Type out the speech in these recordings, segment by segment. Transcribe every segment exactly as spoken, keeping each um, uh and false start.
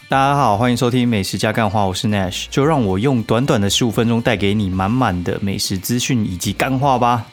大家好，欢迎收听美食加干话，我是 Nash， 就让我用短短的十五分钟带给你满满的美食资讯以及干话吧。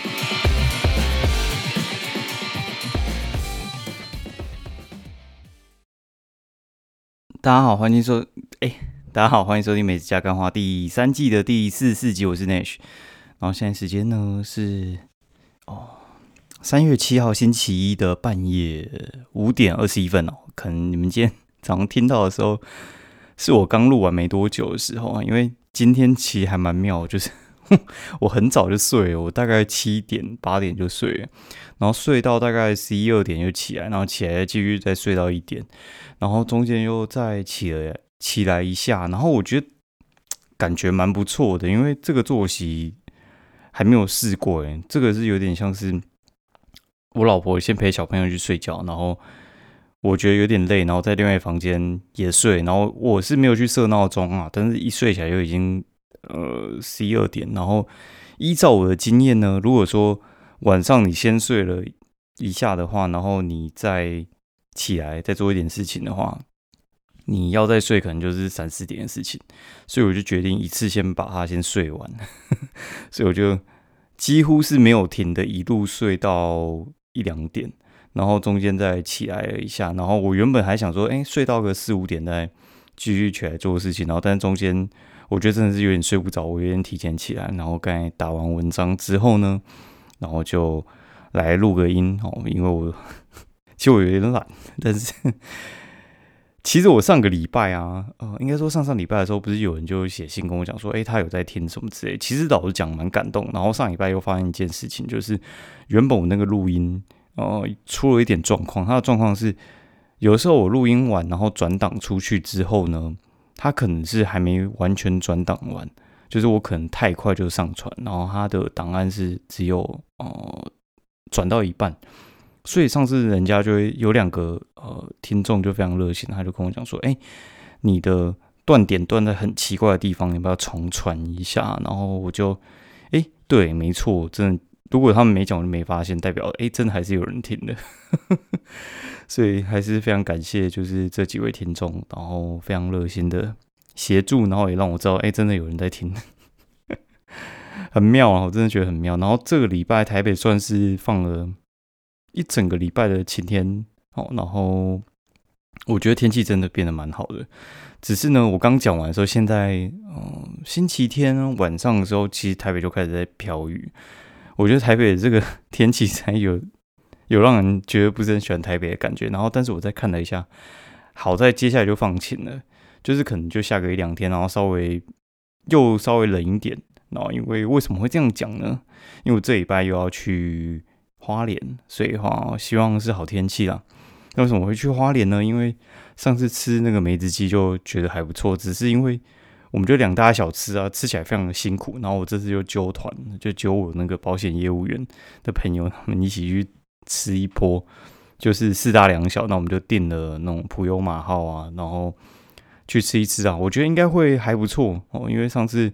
大家好，欢迎收哎，大家好，欢迎收听美食加干话第三季的第四十四集，我是 Nash。然后现在时间呢是哦三月七号星期一的半夜五点二十一分哦，可能你们今天早上听到的时候，是我刚录完没多久的时候啊，因为今天其实还蛮妙，就是我很早就睡了，我大概七点八点就睡了，然后睡到大概十一二点就起来，然后起来继续再睡到一点，然后中间又再起来起来一下，然后我觉得感觉蛮不错的，因为这个作息还没有试过诶，这个是有点像是我老婆先陪小朋友去睡觉，然后我觉得有点累，然后在另外房间也睡，然后我是没有去设闹钟啊，但是一睡起来就已经呃十一二点，然后依照我的经验呢，如果说晚上你先睡了一下的话，然后你再起来再做一点事情的话，你要再睡可能就是三四点的事情，所以我就决定一次先把它先睡完，所以我就几乎是没有停的，一路睡到一两点。然后中间再起来了一下，然后我原本还想说，哎，睡到个四五点再继续起来做事情，然后但是中间我觉得真的是有点睡不着，我有点提前起来，然后刚才打完文章之后呢，然后就来录个音哦，因为我其实我有点懒，但是其实我上个礼拜啊，呃，应该说上上礼拜的时候，不是有人就写信跟我讲说，哎，他有在听什么之类，其实老实讲蛮感动，然后上礼拜又发现一件事情，就是原本我那个录音。呃，出了一点状况。它的状况是，有的时候我录音完，然后转档出去之后呢，它可能是还没完全转档完，就是我可能太快就上传，然后它的档案是只有呃转到一半，所以上次人家就会有两个呃听众就非常热心，他就跟我讲说，哎、欸，你的断点断在很奇怪的地方，你要不要重传一下？然后我就，哎、欸，对，没错，真的。如果他们没讲，我就没发现，代表哎、欸，真的还是有人听的，所以还是非常感谢，就是这几位听众，然后非常热心的协助，然后也让我知道，哎、欸，真的有人在听，很妙啊，我真的觉得很妙。然后这个礼拜台北算是放了一整个礼拜的晴天，哦，然后我觉得天气真的变得蛮好的，只是呢，我刚讲完的时候，现在嗯，星期天晚上的时候，其实台北就开始在飘雨。我觉得台北的这个天气才有有让人觉得不是很喜欢台北的感觉，然后但是我再看了一下，好在接下来就放晴了，就是可能就下个一两天，然后稍微又稍微冷一点，然后因为为什么会这样讲呢？因为我这礼拜又要去花莲，所以话希望是好天气啦。那为什么会去花莲呢？因为上次吃那个梅子鸡就觉得还不错，只是因为我们就两大小吃啊，吃起来非常的辛苦。然后我这次就揪团，就揪我那个保险业务员的朋友，他们一起去吃一波，就是四大两小。那我们就订了那种普悠玛号啊，然后去吃一吃啊。我觉得应该会还不错哦，因为上次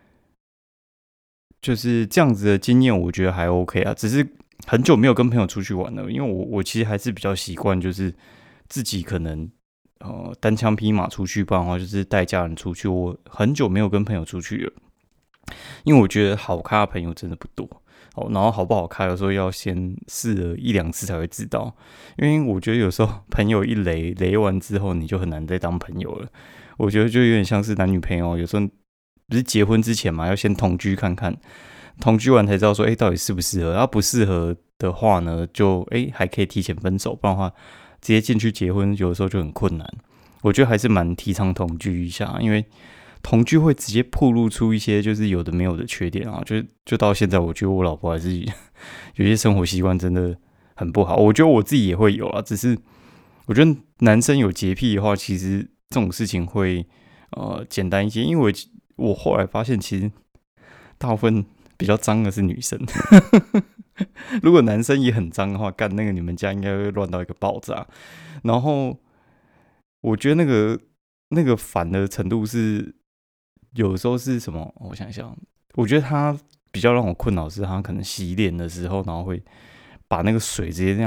就是这样子的经验，我觉得还 OK 啊。只是很久没有跟朋友出去玩了，因为我我其实还是比较习惯，就是自己可能。呃，单枪匹马出去，不然的话就是带家人出去。我很久没有跟朋友出去了，因为我觉得好咖的朋友真的不多。哦，然后好不好咖，有时候要先试了一两次才会知道。因为我觉得有时候朋友一雷雷完之后，你就很难再当朋友了。我觉得就有点像是男女朋友，有时候不是结婚之前嘛，要先同居看看，同居完才知道说，哎、欸，到底适不适合。然后不适合的话呢，就哎、欸、还可以提前分手，不然的话。直接进去结婚，有的时候就很困难。我觉得还是蛮提倡同居一下，因为同居会直接暴露出一些就是有的没有的缺点啊。就就到现在，我觉得我老婆还是有些生活习惯真的很不好。我觉得我自己也会有啊，只是我觉得男生有洁癖的话，其实这种事情会呃简单一些。因为我我后来发现，其实大部分比较脏的是女生。如果男生也很脏的话，干那个你们家应该会乱到一个爆炸。然后我觉得那个那个烦的程度是，有时候是什么？我想想，我觉得他比较让我困扰是，他可能洗脸的时候，然后会把那个水直接这样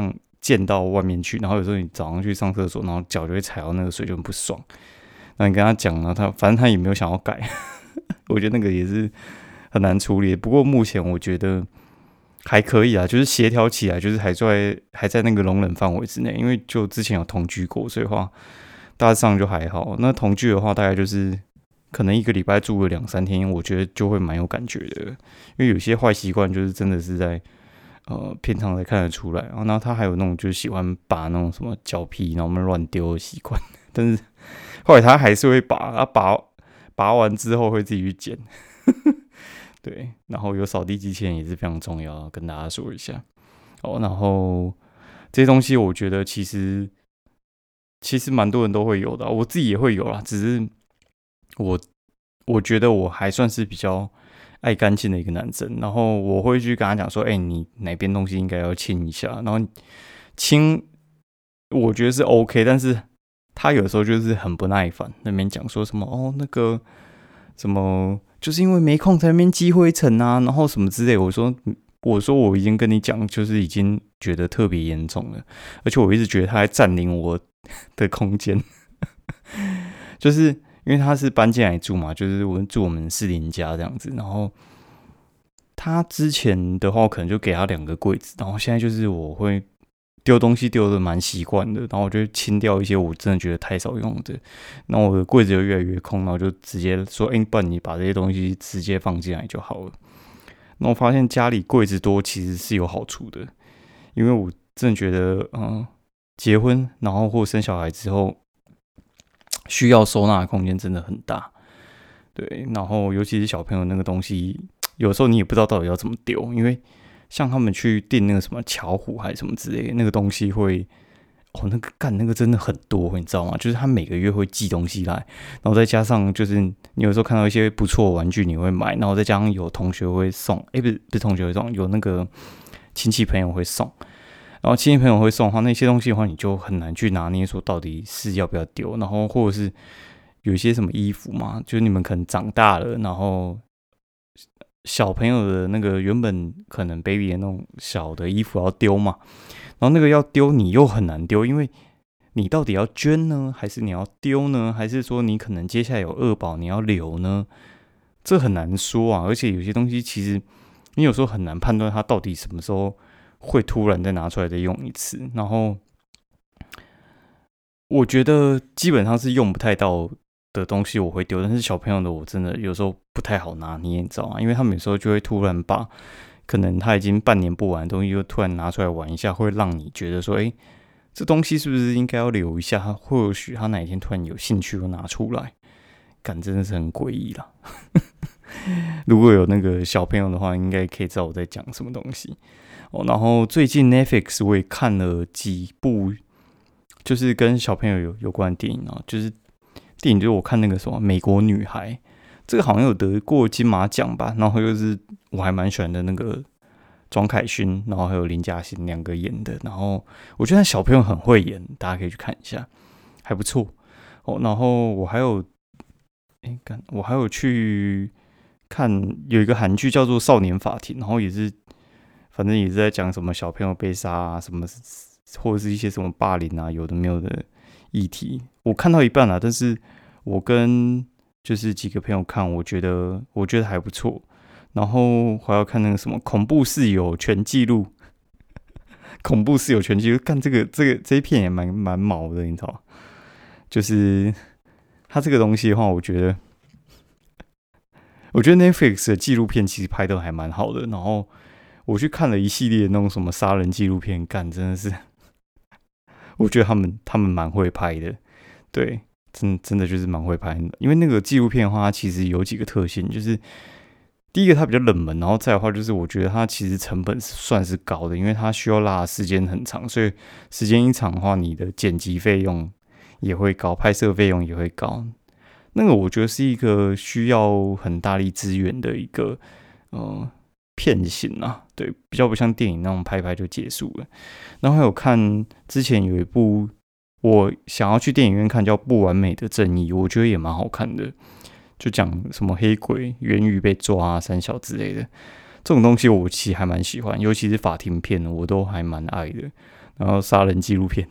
溅到外面去，然后有时候你早上去上厕所，然后脚就会踩到那个水，就很不爽。那你跟他讲呢，他反正他也没有想要改，我觉得那个也是很难处理。不过目前我觉得还可以啊，就是协调起来，就是还在还在那个容忍范围之内。因为就之前有同居过，所以的话大致上就还好。那同居的话，大概就是可能一个礼拜住个两三天，我觉得就会蛮有感觉的。因为有些坏习惯就是真的是在呃平常才看得出来。然后他还有那种就是喜欢拔那种什么脚皮，然后我们乱丢的习惯。但是后来他还是会拔，他拔拔完之后会自己去捡。对，然后有扫地机器人也是非常重要，跟大家说一下。哦，然后这些东西我觉得其实其实蛮多人都会有的，我自己也会有啦，只是我我觉得我还算是比较爱干净的一个男生，然后我会去跟他讲说，哎、欸，你哪边东西应该要清一下，然后清我觉得是 OK， 但是他有时候就是很不耐烦，那边讲说什么哦那个什么。就是因为没空在那边积灰尘啊，然后什么之类。我说，我说我已经跟你讲，就是已经觉得特别严重了，而且我一直觉得他在占领我的空间，就是因为他是搬进来住嘛，就是我住我们士林家这样子。然后他之前的话，我可能就给他两个柜子，然后现在就是我会丢东西丢的蛮习惯的，然后我就清掉一些我真的觉得太少用的，那我的柜子就越来越空，然后就直接说，哎、欸，不然你把这些东西直接放进来就好了。那我发现家里柜子多其实是有好处的，因为我真的觉得，嗯，结婚然后或生小孩之后，需要收纳的空间真的很大，对，然后尤其是小朋友那个东西，有时候你也不知道到底要怎么丢，因为像他们去订那个什么巧虎还是什么之类的，那个东西会，哦，那个干那个真的很多，你知道吗？就是他每个月会寄东西来，然后再加上就是你有时候看到一些不错的玩具你会买，然后再加上有同学会送，哎、欸，不是不是同学会送，有那个亲戚朋友会送，然后亲戚朋友会送的话，那些东西的话你就很难去拿捏说到底是要不要丢，然后或者是有一些什么衣服嘛，就是你们可能长大了，然后。小朋友的那个原本可能 baby 的那种小的衣服要丢嘛，然后那个要丢你又很难丢，因为你到底要捐呢，还是你要丢呢，还是说你可能接下来有二宝你要留呢？这很难说啊，而且有些东西其实你有时候很难判断它到底什么时候会突然再拿出来再用一次，然后我觉得基本上是用不太到的东西我会丢，但是小朋友的我真的有时候不太好拿捏，你知道吗？因为他们有时候就会突然把可能他已经半年不玩的东西，就突然拿出来玩一下，会让你觉得说，哎、欸，这东西是不是应该要留一下？或许他哪一天突然有兴趣又拿出来，感真的是很诡异啦。如果有那个小朋友的话，应该可以知道我在讲什么东西哦。然后最近 Netflix 我也看了几部，就是跟小朋友有有关的电影啊，就是电影就是我看那个什么《美国女孩》，这个好像有得过金马奖吧。然后又是我还蛮喜欢的那个庄凯勋，然后还有林嘉欣两个演的，然后我觉得小朋友很会演，大家可以去看一下，还不错哦。然后我还有，哎、欸，我还有去看有一个韩剧叫做《少年法庭》，然后也是，反正也是在讲什么小朋友被杀啊，什么或者是一些什么霸凌啊，有的没有的议题。我看到一半啦，但是我跟就是几个朋友看，我觉得我觉得还不错。然后还要看那个什么恐怖室友全记录，恐怖室友全记录，看这个这个这一片也蛮蛮毛的，你知道吗？就是他这个东西的话，我觉得，我觉得 Netflix 的纪录片其实拍的还蛮好的。然后我去看了一系列那种什么杀人纪录片，干真的是，我觉得他们他们蛮会拍的，对，真真的就是蛮会拍的。因为那个纪录片的话，它其实有几个特性，就是第一个它比较冷门，然后再的话就是我觉得它其实成本算是高的，因为它需要拉的时间很长，所以时间一长的话，你的剪辑费用也会高，拍摄费用也会高。那个我觉得是一个需要很大力资源的一个呃片型啊，对，比较不像电影那种拍拍就结束了。然后还有看之前有一部我想要去电影院看叫《不完美的正义》，我觉得也蛮好看的，就讲什么黑鬼、冤狱被抓啊、三小之类的这种东西，我其实还蛮喜欢，尤其是法庭片，我都还蛮爱的。 然后杀人纪录片，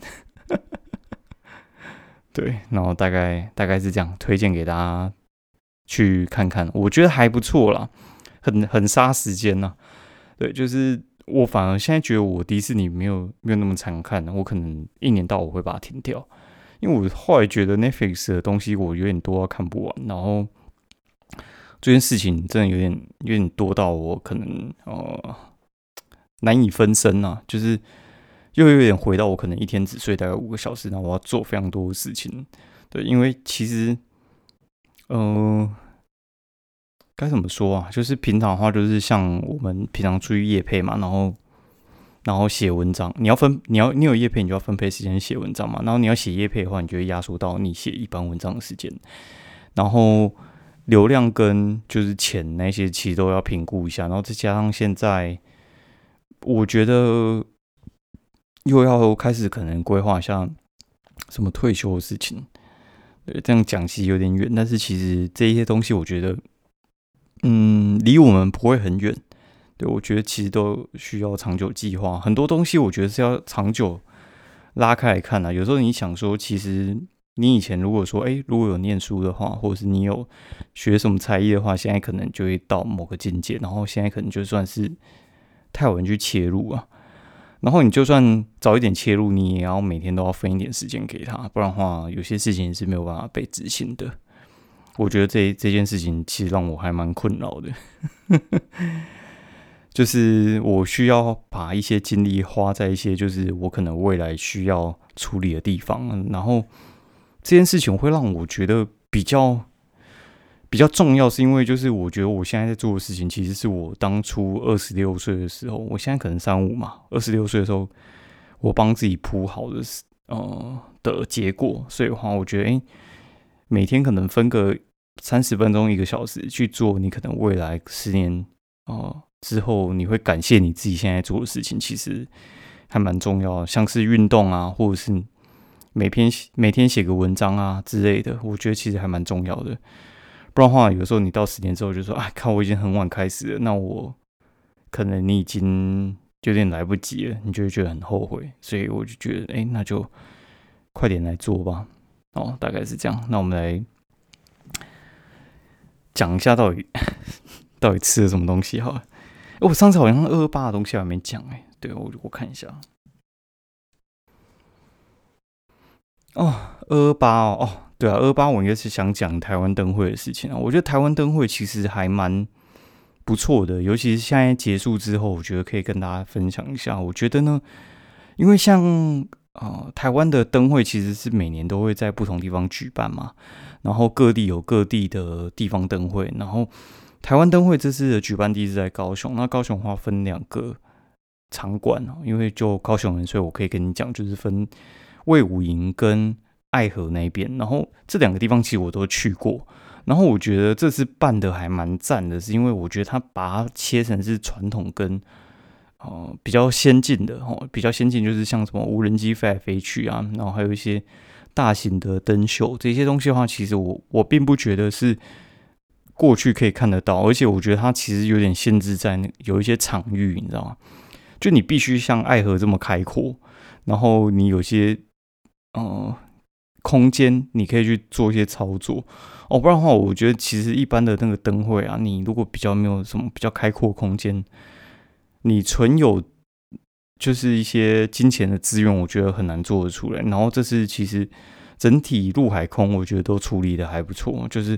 对，然后大概大概是这样，推荐给大家去看看，我觉得还不错啦，很很杀时间呐。对，就是我反而现在觉得我迪士尼没有没有那么常看，我可能一年到我会把它停掉，因为我后来觉得 Netflix 的东西我有点多，看不完，然后这件事情真的有点有点多到我可能呃难以分身啊，就是又有点回到我可能一天只睡大概五个小时，然后我要做非常多的事情。对，因为其实呃该怎么说啊？就是平常的话，就是像我们平常出去业配嘛，然后然后写文章，你要分你要你有业配，你就要分配时间写文章嘛。然后你要写业配的话，你就会压缩到你写一般文章的时间。然后流量跟就是钱那些其实都要评估一下。然后再加上现在，我觉得又要开始可能规划一下什么退休的事情。对，这样讲其实有点远，但是其实这一些东西，我觉得。嗯，离我们不会很远。对，我觉得其实都需要长久计划，很多东西我觉得是要长久拉开来看啊。有时候你想说，其实你以前如果说，哎、欸，如果有念书的话，或者是你有学什么才艺的话，现在可能就会到某个境界，然后现在可能就算是太有人去切入啊。然后你就算早一点切入，你也要每天都要分一点时间给他，不然的话，有些事情是没有办法被执行的。我觉得这这件事情其实让我还蛮困扰的，就是我需要把一些精力花在一些就是我可能未来需要处理的地方，然后这件事情会让我觉得比较比较重要，是因为就是我觉得我现在在做的事情，其实是我当初二十六岁的时候，我现在可能三五嘛，二十六岁的时候，我帮自己铺好的呃的结果，所以的话，我觉得哎。欸每天可能分个三十分钟、一个小时去做，你可能未来十年哦、呃、之后，你会感谢你自己现在做的事情，其实还蛮重要的。像是运动啊，或者是每篇每天写个文章啊之类的，我觉得其实还蛮重要的。不然的话，有时候你到十年之后就说，哎，看我已经很晚开始了，那我可能你已经有点来不及了，你就会觉得很后悔。所以我就觉得，哎、欸，那就快点来做吧。哦，大概是这样。那我们来讲一下到底到底吃了什么东西好了。我上次好像二二八的东西还没讲哎，对我我看一下。哦，二二八哦，哦，对啊，二二八我应该是想讲台湾灯会的事情啊。我觉得台湾灯会其实还蛮不错的，尤其是现在结束之后，我觉得可以跟大家分享一下。我觉得呢，因为像呃，台湾的灯会其实是每年都会在不同地方举办嘛，然后各地有各地的地方灯会，然后台湾灯会这次的举办地是在高雄，那高雄的话分两个场馆，因为就高雄人，所以我可以跟你讲，就是分卫武营跟爱河那边，然后这两个地方其实我都去过，然后我觉得这次办的还蛮赞的，是因为我觉得他把它切成是传统跟呃，比较先进的哦，比较先进就是像什么无人机飞来飞去啊，然后还有一些大型的灯秀这些东西的话，其实我我并不觉得是过去可以看得到，而且我觉得它其实有点限制在那有一些场域，你知道吗？就你必须像爱河这么开阔，然后你有些呃空间你可以去做一些操作哦，不然的话，我觉得其实一般的那个灯会啊，你如果比较没有什么比较开阔空间。你纯有就是一些金钱的资源，我觉得很难做得出来。然后这次其实整体陆海空，我觉得都处理的还不错。就是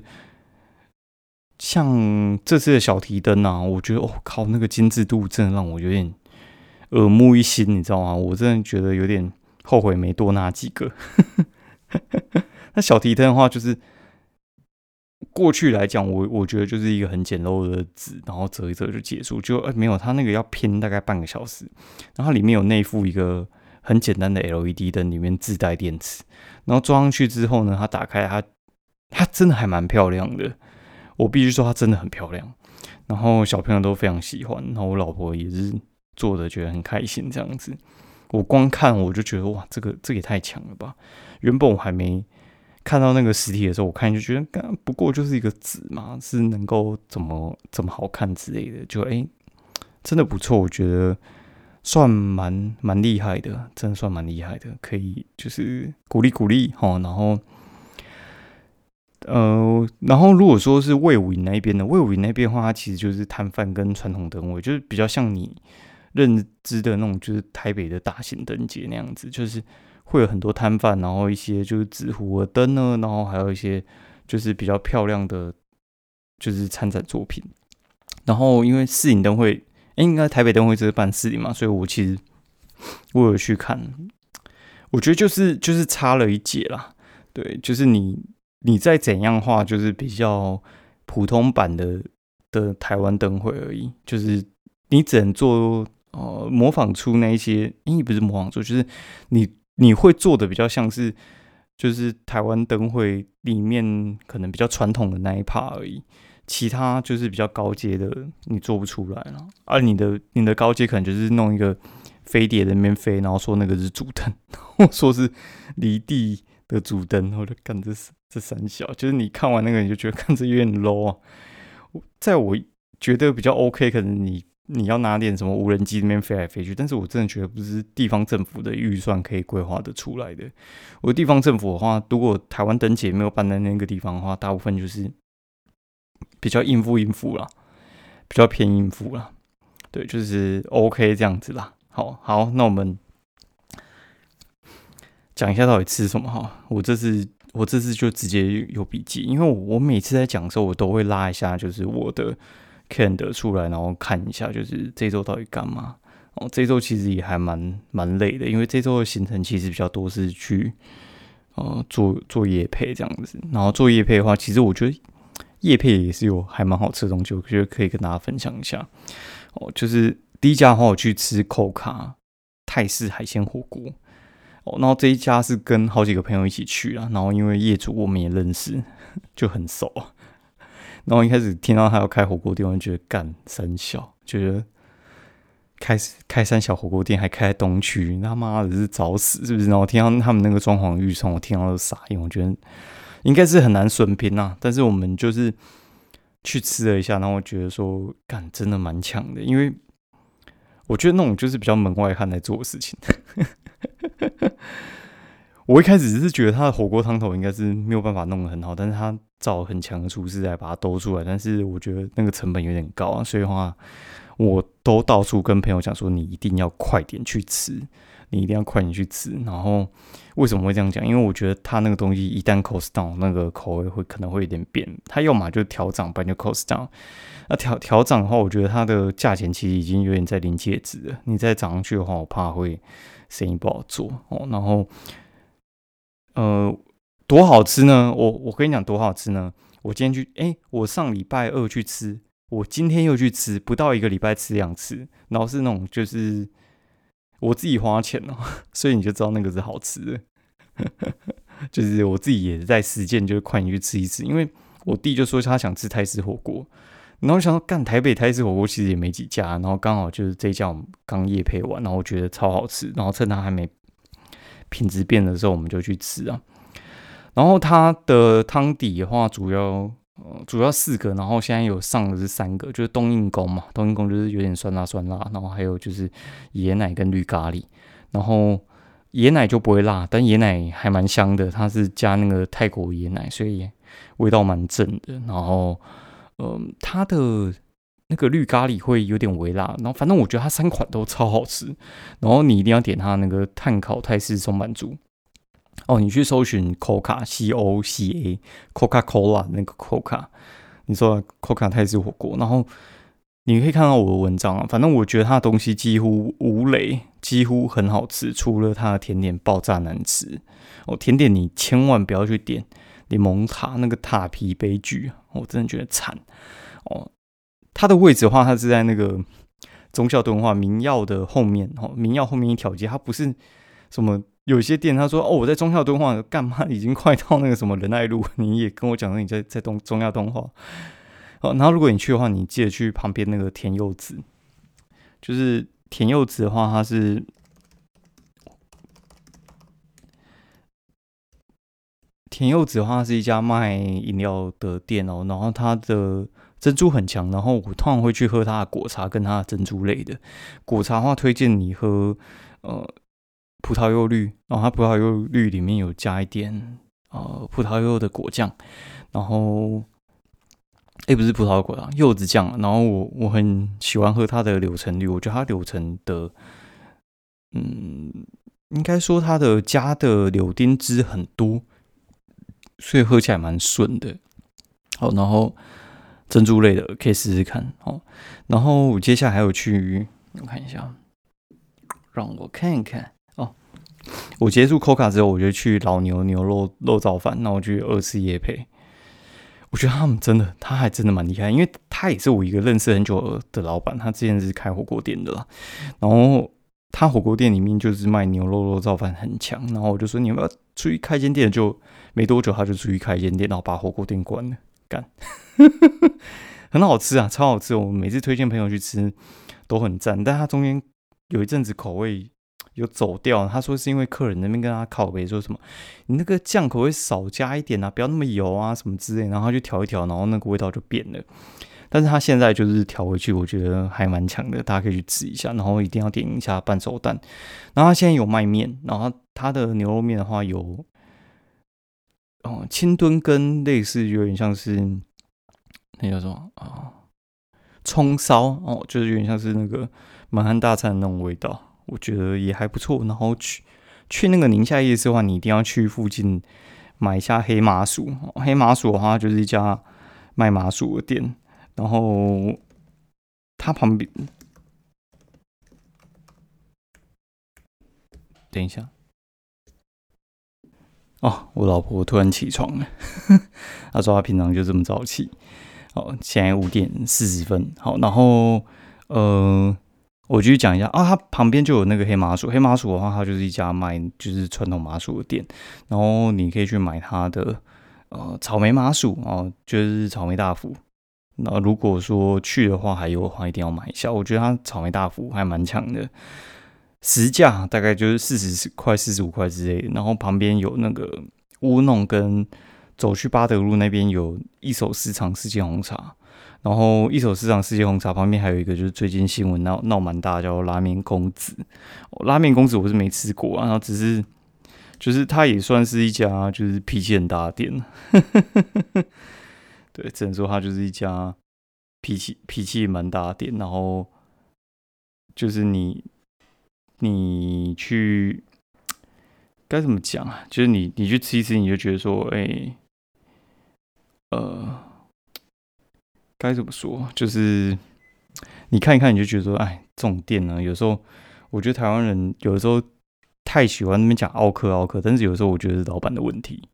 像这次的小提灯啊，我觉得哦靠，那个精致度真的让我有点耳目一新，你知道吗？我真的觉得有点后悔没多拿几个。那小提灯的话，就是过去来讲，我我觉得就是一个很简陋的纸，然后折一折就结束。就、欸、没有，它那个要拼大概半个小时，然后它里面有内附一个很简单的 L E D 灯，里面自带电池，然后装上去之后呢，它打开它，它真的还蛮漂亮的。我必须说，它真的很漂亮。然后小朋友都非常喜欢，然后我老婆也是做的觉得很开心这样子。我光看我就觉得哇，这个这个也太强了吧！原本我还没看到那个实体的时候，我看就觉得，不过就是一个纸嘛，是能够怎么怎么好看之类的，就哎、欸，真的不错。我觉得算蛮蛮厉害的，真的算蛮厉害的，可以就是鼓励鼓励哈。然后呃，然后如果说是魏武营那一边呢，魏武营那边的话，它其实就是摊贩跟传统灯会，就是比较像你认知的那种，就是台北的大型灯节那样子，就是会有很多摊贩，然后一些就是纸糊的灯呢，然后还有一些就是比较漂亮的，就是参展作品。然后因为市影灯会，欸应该台北灯会这是办市影嘛，所以我其实我有去看，我觉得就是就是差了一截啦。对，就是你你再怎样画，就是比较普通版的的台湾灯会而已，就是你只能做呃模仿出那一些，因为不是模仿出，就是你你会做的比较像是就是台湾灯会里面可能比较传统的那一 part 而已。其他就是比较高阶的，你做不出来了。而、啊、你的你的高阶可能就是弄一个飞碟在那边飞，然后说那个是主灯，或说是离地的主灯，我就干这这三小，就是你看完那个你就觉得看这有点 low 啊。在我觉得比较 OK， 可能你你要拿点什么无人机那边飞来飞去，但是我真的觉得不是地方政府的预算可以规划得出来的。我地方政府的话，如果台湾灯节没有办在那个地方的话，大部分就是比较应付应付啦，比较偏应付啦，对，就是 OK 这样子啦。好好，那我们讲一下到底吃什么哈。我这次我这次就直接有笔记，因为我每次在讲的时候，我都会拉一下，就是我的 calendar 出来，然后看一下，就是这周到底干嘛。哦，这周其实也还蛮蛮累的，因为这周的行程其实比较多是去呃做做业配这样子。然后做业配的话，其实我觉得业配也是有还蛮好吃的东西，我觉得可以跟大家分享一下。哦，就是第一家的话，我去吃口卡泰式海鲜火锅。哦，然后这一家是跟好几个朋友一起去啊，然后因为业主我们也认识，就很熟啊。然后一开始听到他要开火锅店，我就觉得干三小，觉得开开三小火锅店还开在东区，他妈的是找死是不是？然后听到他们那个装潢预算，我听到都傻眼，我觉得应该是很难损平啊。但是我们就是去吃了一下，然后我觉得说，干真的蛮强的，因为我觉得那种就是比较门外汉来做的事情。我一开始是觉得他的火锅汤头应该是没有办法弄得很好，但是他找很强的厨师来把它兜出来，但是我觉得那个成本有点高啊，所以的话，我都到处跟朋友讲说，你一定要快点去吃，你一定要快点去吃。然后为什么会这样讲？因为我觉得他那个东西一旦 cost down， 那个口味会可能会有点变，他要么就调涨，不然就 cost down。那调调涨的话，我觉得它的价钱其实已经有点在临界值了，你再涨上去的话，我怕会生意不好做哦。然后。呃，多好吃呢！我我跟你讲多好吃呢！我今天去，哎、欸，我上礼拜二去吃，我今天又去吃，不到一个礼拜吃两次，然后是那种就是我自己花钱哦、喔，所以你就知道那个是好吃的。就是我自己也在实践，就是快点去吃一次，因为我弟就说他想吃泰式火锅，然后想说干台北泰式火锅其实也没几家，然后刚好就是这一家我们刚业配完，然后我觉得超好吃，然后趁他还没。品质变的时候，我们就去吃啊。然后它的汤底的话，主要呃主要四个，然后现在有上的是三个，就是冬阴功嘛，冬阴功就是有点酸辣酸辣，然后还有就是椰奶跟绿咖喱，然后椰奶就不会辣，但椰奶还蛮香的，它是加那个泰国椰奶，所以味道蛮正的。然后嗯、呃，它的那个绿咖喱会有点微辣，然后反正我觉得它三款都超好吃，然后你一定要点它那个炭烤泰式松板猪哦，你去搜寻 Coca C O C A Coca Cola 那个 Coca， 你说 Coca 泰式火锅，然后你可以看到我的文章啊，反正我觉得它的东西几乎无雷，几乎很好吃，除了它的甜点爆炸难吃哦，甜点你千万不要去点柠檬塔那个塔皮悲剧，我真的觉得惨哦。它的位置的话，它是在那个忠孝敦化民耀的后面，哦，民耀后面一条街，它不是什么有些店，他说哦我在忠孝敦化，干嘛已经快到那个什么仁爱路，你也跟我讲说你在在东忠孝敦化，哦，然后如果你去的话，你记得去旁边那个田柚子，就是田柚子的话，它是田柚子的话是一家卖饮料的店哦，然后它的珍珠很强，然后我通常会去喝它的果茶跟它的珍珠类的。果茶的话，推荐你喝呃葡萄柚绿，然后它葡萄柚绿里面有加一点呃葡萄柚的果酱，然后哎、欸、不是葡萄柚果酱，柚子酱。然后我我很喜欢喝它的柳橙绿，我觉得它柳橙的嗯应该说它的加的柳丁汁很多，所以喝起来蛮顺的。好，然后珍珠类的可以试试看。好，然后我接下来还有去，我看一下，让我看一看哦。我结束 Coca 之后，我就去老牛牛肉肉燥饭，那我去二次业配。我觉得他们真的，他还真的蛮厉害，因为他也是我一个认识很久的老板，他之前是开火锅店的啦。然后他火锅店里面就是卖牛肉肉燥饭很强，然后我就说你要不要出去开间店？就没多久他就出去开一间店，然后把火锅店关了，干，很好吃啊，超好吃！我每次推荐朋友去吃都很赞，但他中间有一阵子口味有走掉，他说是因为客人那边跟他靠北说什么，你那个酱口味少加一点啊，不要那么油啊什么之类，然后他就调一调，然后那个味道就变了。但是他现在就是调回去，我觉得还蛮强的，大家可以去吃一下，然后一定要点一下半熟蛋。然后他现在有卖面，然后他的牛肉面的话有，哦，清炖跟类似有点像是那叫什么啊，葱烧哦，就是有点像是那个满汉大餐的那种味道，我觉得也还不错。然后去去那个宁夏夜市的话，你一定要去附近买一下黑麻薯。黑麻薯的话，就是一家卖麻薯的店。然后它旁边，等一下，哦，我老婆突然起床了，她说她平常就这么早起。好，现在五点四十分。好，然后呃，我继续讲一下啊，它旁边就有那个黑麻薯。黑麻薯的话，它就是一家卖就是传统麻薯的店，然后你可以去买它的呃草莓麻薯哦，就是草莓大福。那如果说去的话还有的话，一定要买一下。我觉得它草莓大福还蛮强的，实价大概就是四十块、四十五块之类的。然后旁边有那个乌弄，跟走去巴德路那边有一手市场世界红茶。然后一手市场世界红茶旁边还有一个就是最近新闻闹闹蛮大，叫拉面公子。哦、拉面公子我是没吃过啊，然后只是就是它也算是一家就是脾气很大的店。对，只能说它就是一家脾气脾气蛮大的店，然后就是你你去该怎么讲啊？就是你你去吃一吃，你就觉得说，哎、欸，呃，该怎么说？就是你看一看，你就觉得说，哎，这种店呢，有时候我觉得台湾人有的时候太喜欢那边讲奥克奥克，但是有时候我觉得是老板的问题。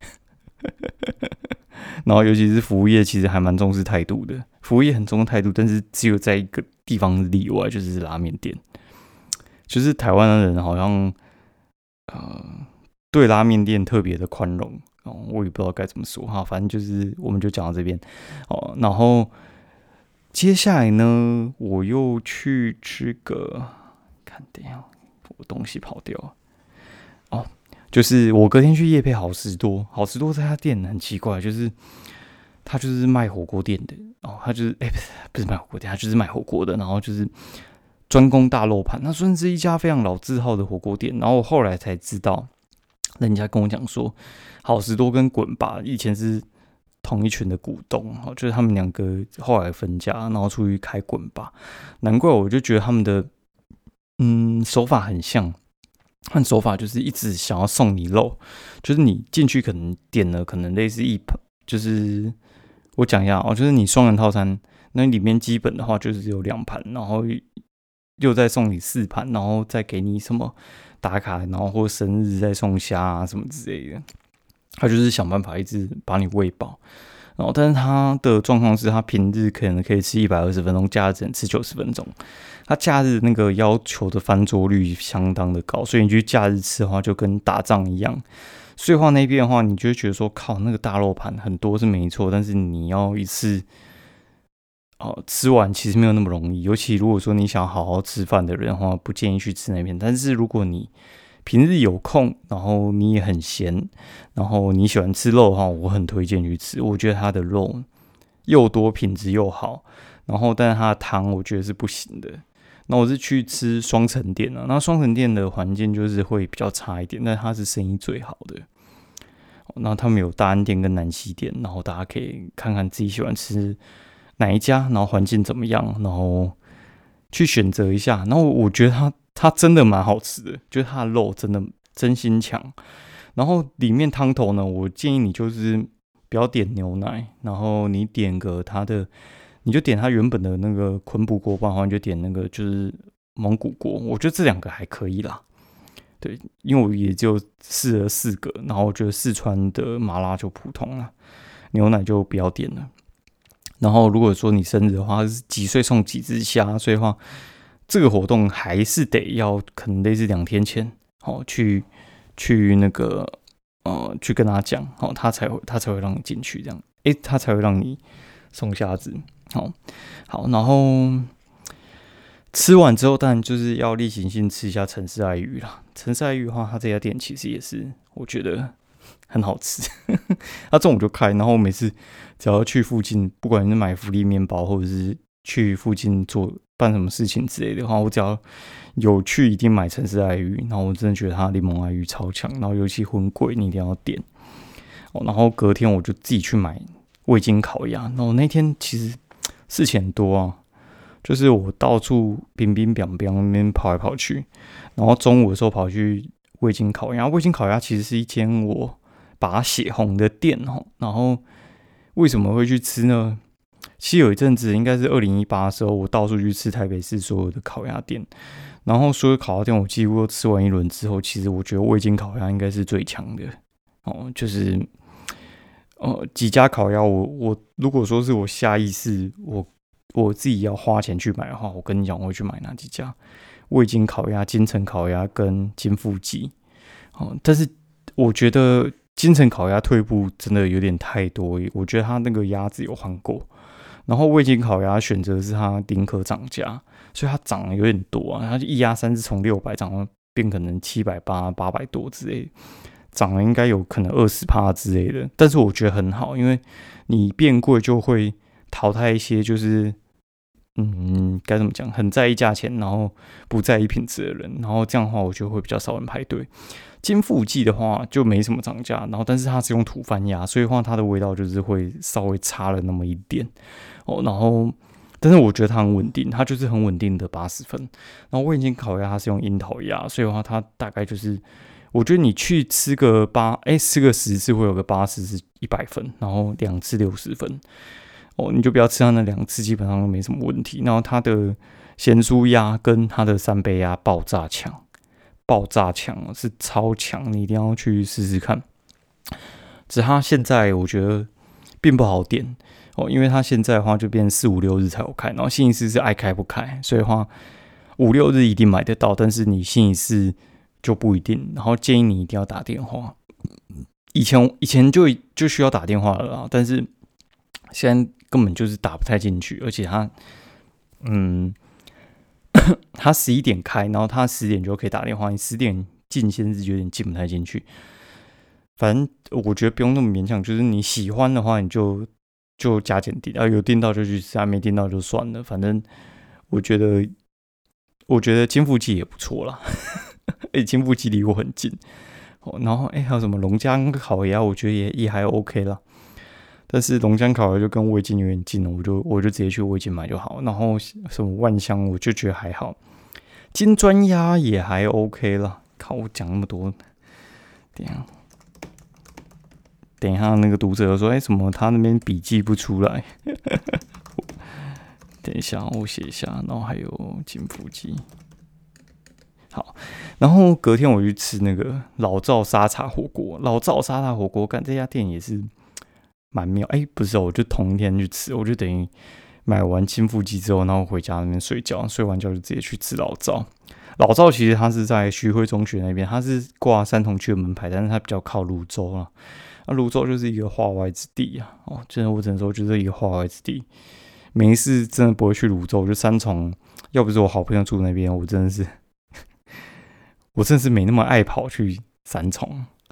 然后尤其是服务业，其实还蛮重视态度的。服务业很重视态度，但是只有在一个地方例外，就是拉面店。就是台湾的人好像呃对拉面店特别的宽容哦，我也不知道该怎么说哈，反正就是我们就讲到这边哦。然后接下来呢，我又去吃个，看等一下，我东西跑掉了哦。就是我隔天去业配好事多，好事多这家店很奇怪，就是他就是卖火锅店的哦，他就是哎、欸、不是卖火锅店，他就是卖火锅的，然后就是专攻大肉盘，那算是一家非常老字号的火锅店。然后我后来才知道，人家跟我讲说，好事多跟滚吧以前是同一群的股东，就是他们两个后来分家，然后出去开滚吧，难怪我就觉得他们的嗯手法很像。换手法就是一直想要送你肉，就是你进去可能点了可能类似一盘，就是我讲一下哦，就是你双人套餐，那里面基本的话就是有两盘，然后又再送你四盘，然后再给你什么打卡，然后或生日再送虾啊什么之类的，他就是想办法一直把你喂饱。然后，但是他的状况是他平日可能可以吃一百二十分钟，假日只能吃九十分钟。他假日那个要求的翻桌率相当的高，所以你去假日吃的话，就跟打仗一样。所以话那边的话，你就会觉得说，靠，那个大肉盘很多是没错，但是你要一次哦吃完，其实没有那么容易。尤其如果说你想好好吃饭的人的话，不建议去吃那边。但是如果你平日有空，然后你也很闲，然后你喜欢吃肉的话，我很推荐去吃。我觉得它的肉又多品质又好，然后但是它的汤我觉得是不行的。那我是去吃双层店啊，那双层店的环境就是会比较差一点，但它是生意最好的。那他们有大安店跟南西店，然后大家可以看看自己喜欢吃哪一家，然后环境怎么样，然后去选择一下。然后我觉得它它真的蛮好吃的，就是它的肉真的真心强。然后里面汤头呢，我建议你就是不要点牛奶，然后你点个它的，你就点它原本的那个昆布锅，不然的话你就点那个就是蒙古锅。我觉得这两个还可以啦。对，因为我也就试了四个，然后我觉得四川的麻辣就普通了，牛奶就不要点了。然后如果说你生日的话，是几岁送几只虾，所以的话，这个活动还是得要可能类似两天前，哦，去去那个呃去跟他讲，哦，他才会他才会让你进去，这样，诶，他才会让你送虾子，好，好，然后。吃完之后，当然就是要例行性吃一下城市爱鱼啦。城市爱鱼的话，它这家店其实也是我觉得很好吃。它中午就开，然后每次只要去附近，不管是买福利面包，或者是去附近做办什么事情之类的话，我只要有去，一定买城市爱鱼。然后我真的觉得它柠檬爱鱼超强，然后尤其荤贵，你一定要点。哦，然后隔天我就自己去买味精烤鸭。然后那天其实事情很多啊。就是我到处冰冰冰冰那边跑来跑去，然后中午的时候跑去味精烤鸭。味精烤鸭其实是一间我把它写红的店哦。然后为什么会去吃呢？其实有一阵子应该是二零一八的时候，我到处去吃台北市所有的烤鸭店，然后所有烤鸭店我几乎都吃完一轮之后，其实我觉得味精烤鸭应该是最强的哦。就是呃几家烤鸭我，我我如果说是我下意识我。我自己要花钱去买的话，我跟你讲，我会去买哪几家？味精烤鸭、金城烤鸭跟金富记。哦，但是我觉得金城烤鸭退步真的有点太多，我觉得他那个鸭子有换过，然后味精烤鸭选择是他丁可涨价，所以它涨得有点多啊，它一鸭三是从六百涨到变可能七百八、八百多之类的，涨了应该有可能二十趴之类的。但是我觉得很好，因为你变贵就会淘汰一些就是。嗯，该怎么讲？很在意价钱，然后不在意品质的人，然后这样的话，我觉得会比较少人排队。金富记的话就没什么涨价，然后但是它是用土番鸭，所以的话它的味道就是会稍微差了那么一点哦。然后，但是我觉得它很稳定，它就是很稳定的八十分。然后味精烤鸭它是用樱桃鸭，所以的话它大概就是，我觉得你去吃个八，哎、欸，吃个十次会有个八十是一百分，然后两次六十分。哦，你就不要吃它那两次，基本上都没什么问题。然后它的咸酥鸭跟它的三杯鸭爆炸强，爆炸强是超强，你一定要去试试看。只是它现在我觉得并不好点哦，因为它现在的话就变四五六日才有开，然后星期四是爱开不开，所以的话五六日一定买得到，但是你星期四就不一定。然后建议你一定要打电话，以前以前就就需要打电话了啦，但是现在根本就是打不太进去，而且它，嗯，它十一点开，然后它十点就可以打电话，你十点进先是有点进不太进去。反正我觉得不用那么勉强，就是你喜欢的话，你就就加减订，啊，有订到就去吃，啊，没订到就算了。反正我觉得，我觉得金富记也不错啦，哎，金富记离我很近，哦，然后哎、欸，还有什么龙江烤鸭，我觉得也也还 OK 啦。但是龙江烤鸭就跟味精有点近了，我就我就直接去味精买就好。然后什么万香，我就觉得还好。金砖鸭也还 OK 啦。靠，我讲那么多，等一下，等一下那个读者说，哎、欸，什么他那边笔记不出来？等一下，我写一下。然后还有金福记。好，然后隔天我去吃那个老赵沙茶火锅。老赵沙茶火锅，干这家店也是。蛮妙，哎、欸，不是、喔，我就同一天去吃，我就等于买完金富记之后，然后回家那边睡觉，睡完觉就直接去吃老赵。老赵其实他是在徐汇中学那边，他是挂三重区的门牌，但是他比较靠泸州啦。那泸州就是一个化外之地啊，哦，真的我只能说就是一个化外之地。没事真的不会去泸州，就三重，要不是我好朋友住那边，我真的是，我真的是没那么爱跑去三重。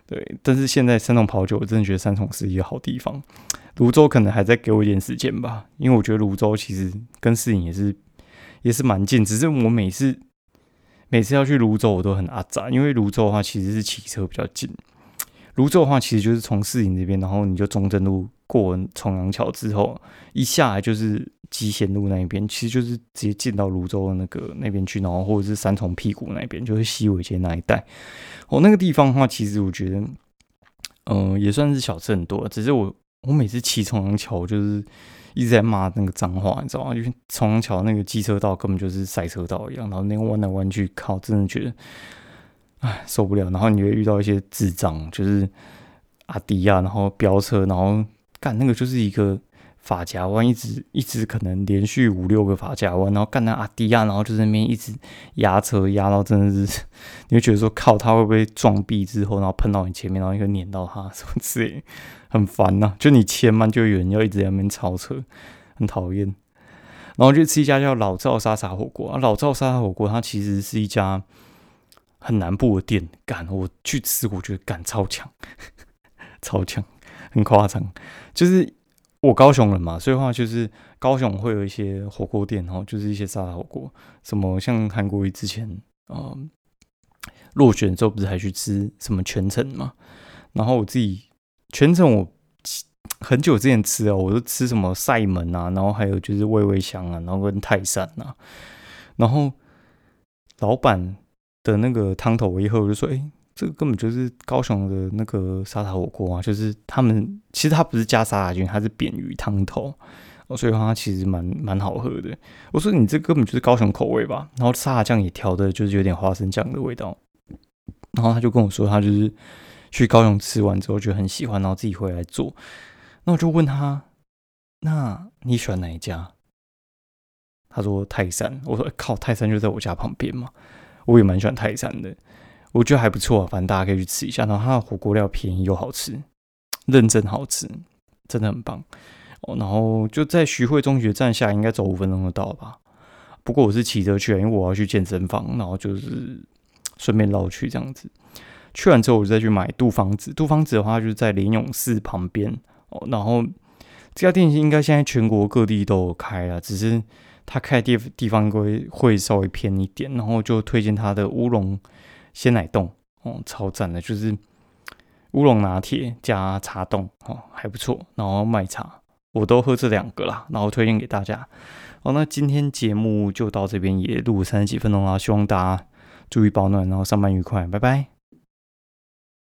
对，但是现在三重跑久，我真的觉得三重是一个好地方。泸州可能还在给我一点时间吧，因为我觉得泸州其实跟士林也是也是蛮近，只是我每次每次要去泸州我都很阿杂，因为泸州的话其实是骑车比较近。泸州的话其实就是从士林这边，然后你就中正路过重阳桥之后，一下来就是基贤路那一边，其实就是直接进到泸州的那个那边去，然后或者是三重屁股那边，就是西尾街那一带。哦，那个地方的话，其实我觉得，嗯、呃，也算是小吃很多，只是我我每次骑重阳桥，我就是一直在骂那个脏话，你知道吗？因为重阳桥那个机车道根本就是赛车道一样，然后那个弯来弯去，靠，真的觉得。唉，受不了。然后你会遇到一些智障，就是阿迪亚，然后飙车，然后干那个就是一个法夹弯，一直一直可能连续五六个法夹弯，然后干那阿迪亚，然后就在那边一直压车，压到真的是，你会觉得说靠，他会不会撞壁之后，然后喷到你前面，然后你会碾到他什么之类的，很烦呐、啊。就你切慢，就有人要一直在那边超车，很讨厌。然后就吃一家叫老赵沙茶火锅啊，老赵沙茶火锅它其实是一家。很南部的店，干我去吃，我觉得干超强，超强，很夸张。就是我高雄人嘛，所以的话就是高雄会有一些火锅店，然后就是一些沙拉火锅，什么像韩国瑜之前呃落选之后不是还去吃什么全程嘛？然后我自己全程我很久之前吃啊，我都吃什么赛门啊，然后还有就是味味香啊，然后跟泰山啊，然后老板。的那个汤头我一喝我就说，哎、欸，这个根本就是高雄的那个沙茶火锅啊，就是他们其实它不是加沙拉菌，它是扁鱼汤头，哦，所以它其实蛮蛮好喝的。我说你这根本就是高雄口味吧，然后沙拉酱也调的就是有点花生酱的味道，然后他就跟我说他就是去高雄吃完之后觉得很喜欢，然后自己回来做。那我就问他，那你喜欢哪一家？他说泰山，我说、欸、靠，泰山就在我家旁边嘛。我也蛮喜欢泰山的，我觉得还不错、啊，反正大家可以去吃一下。然后它的火锅料便宜又好吃，认真好吃，真的很棒。哦，然后就在徐汇中学站下，应该走五分钟就到了吧。不过我是骑车去，因为我要去健身房，然后就是顺便绕去这样子。去完之后，我就再去买杜芳子。杜芳子的话，就是在莲永寺旁边哦。然后这家店应该现在全国各地都有开了，只是。他开的地方会会稍微偏一点，然后就推荐他的乌龙鲜奶冻哦，超赞的，就是乌龙拿铁加茶冻哦，还不错。然后麦茶我都喝这两个啦，然后推荐给大家。哦，那今天节目就到这边，也录三十几分钟啦，希望大家注意保暖，然后上班愉快，拜拜。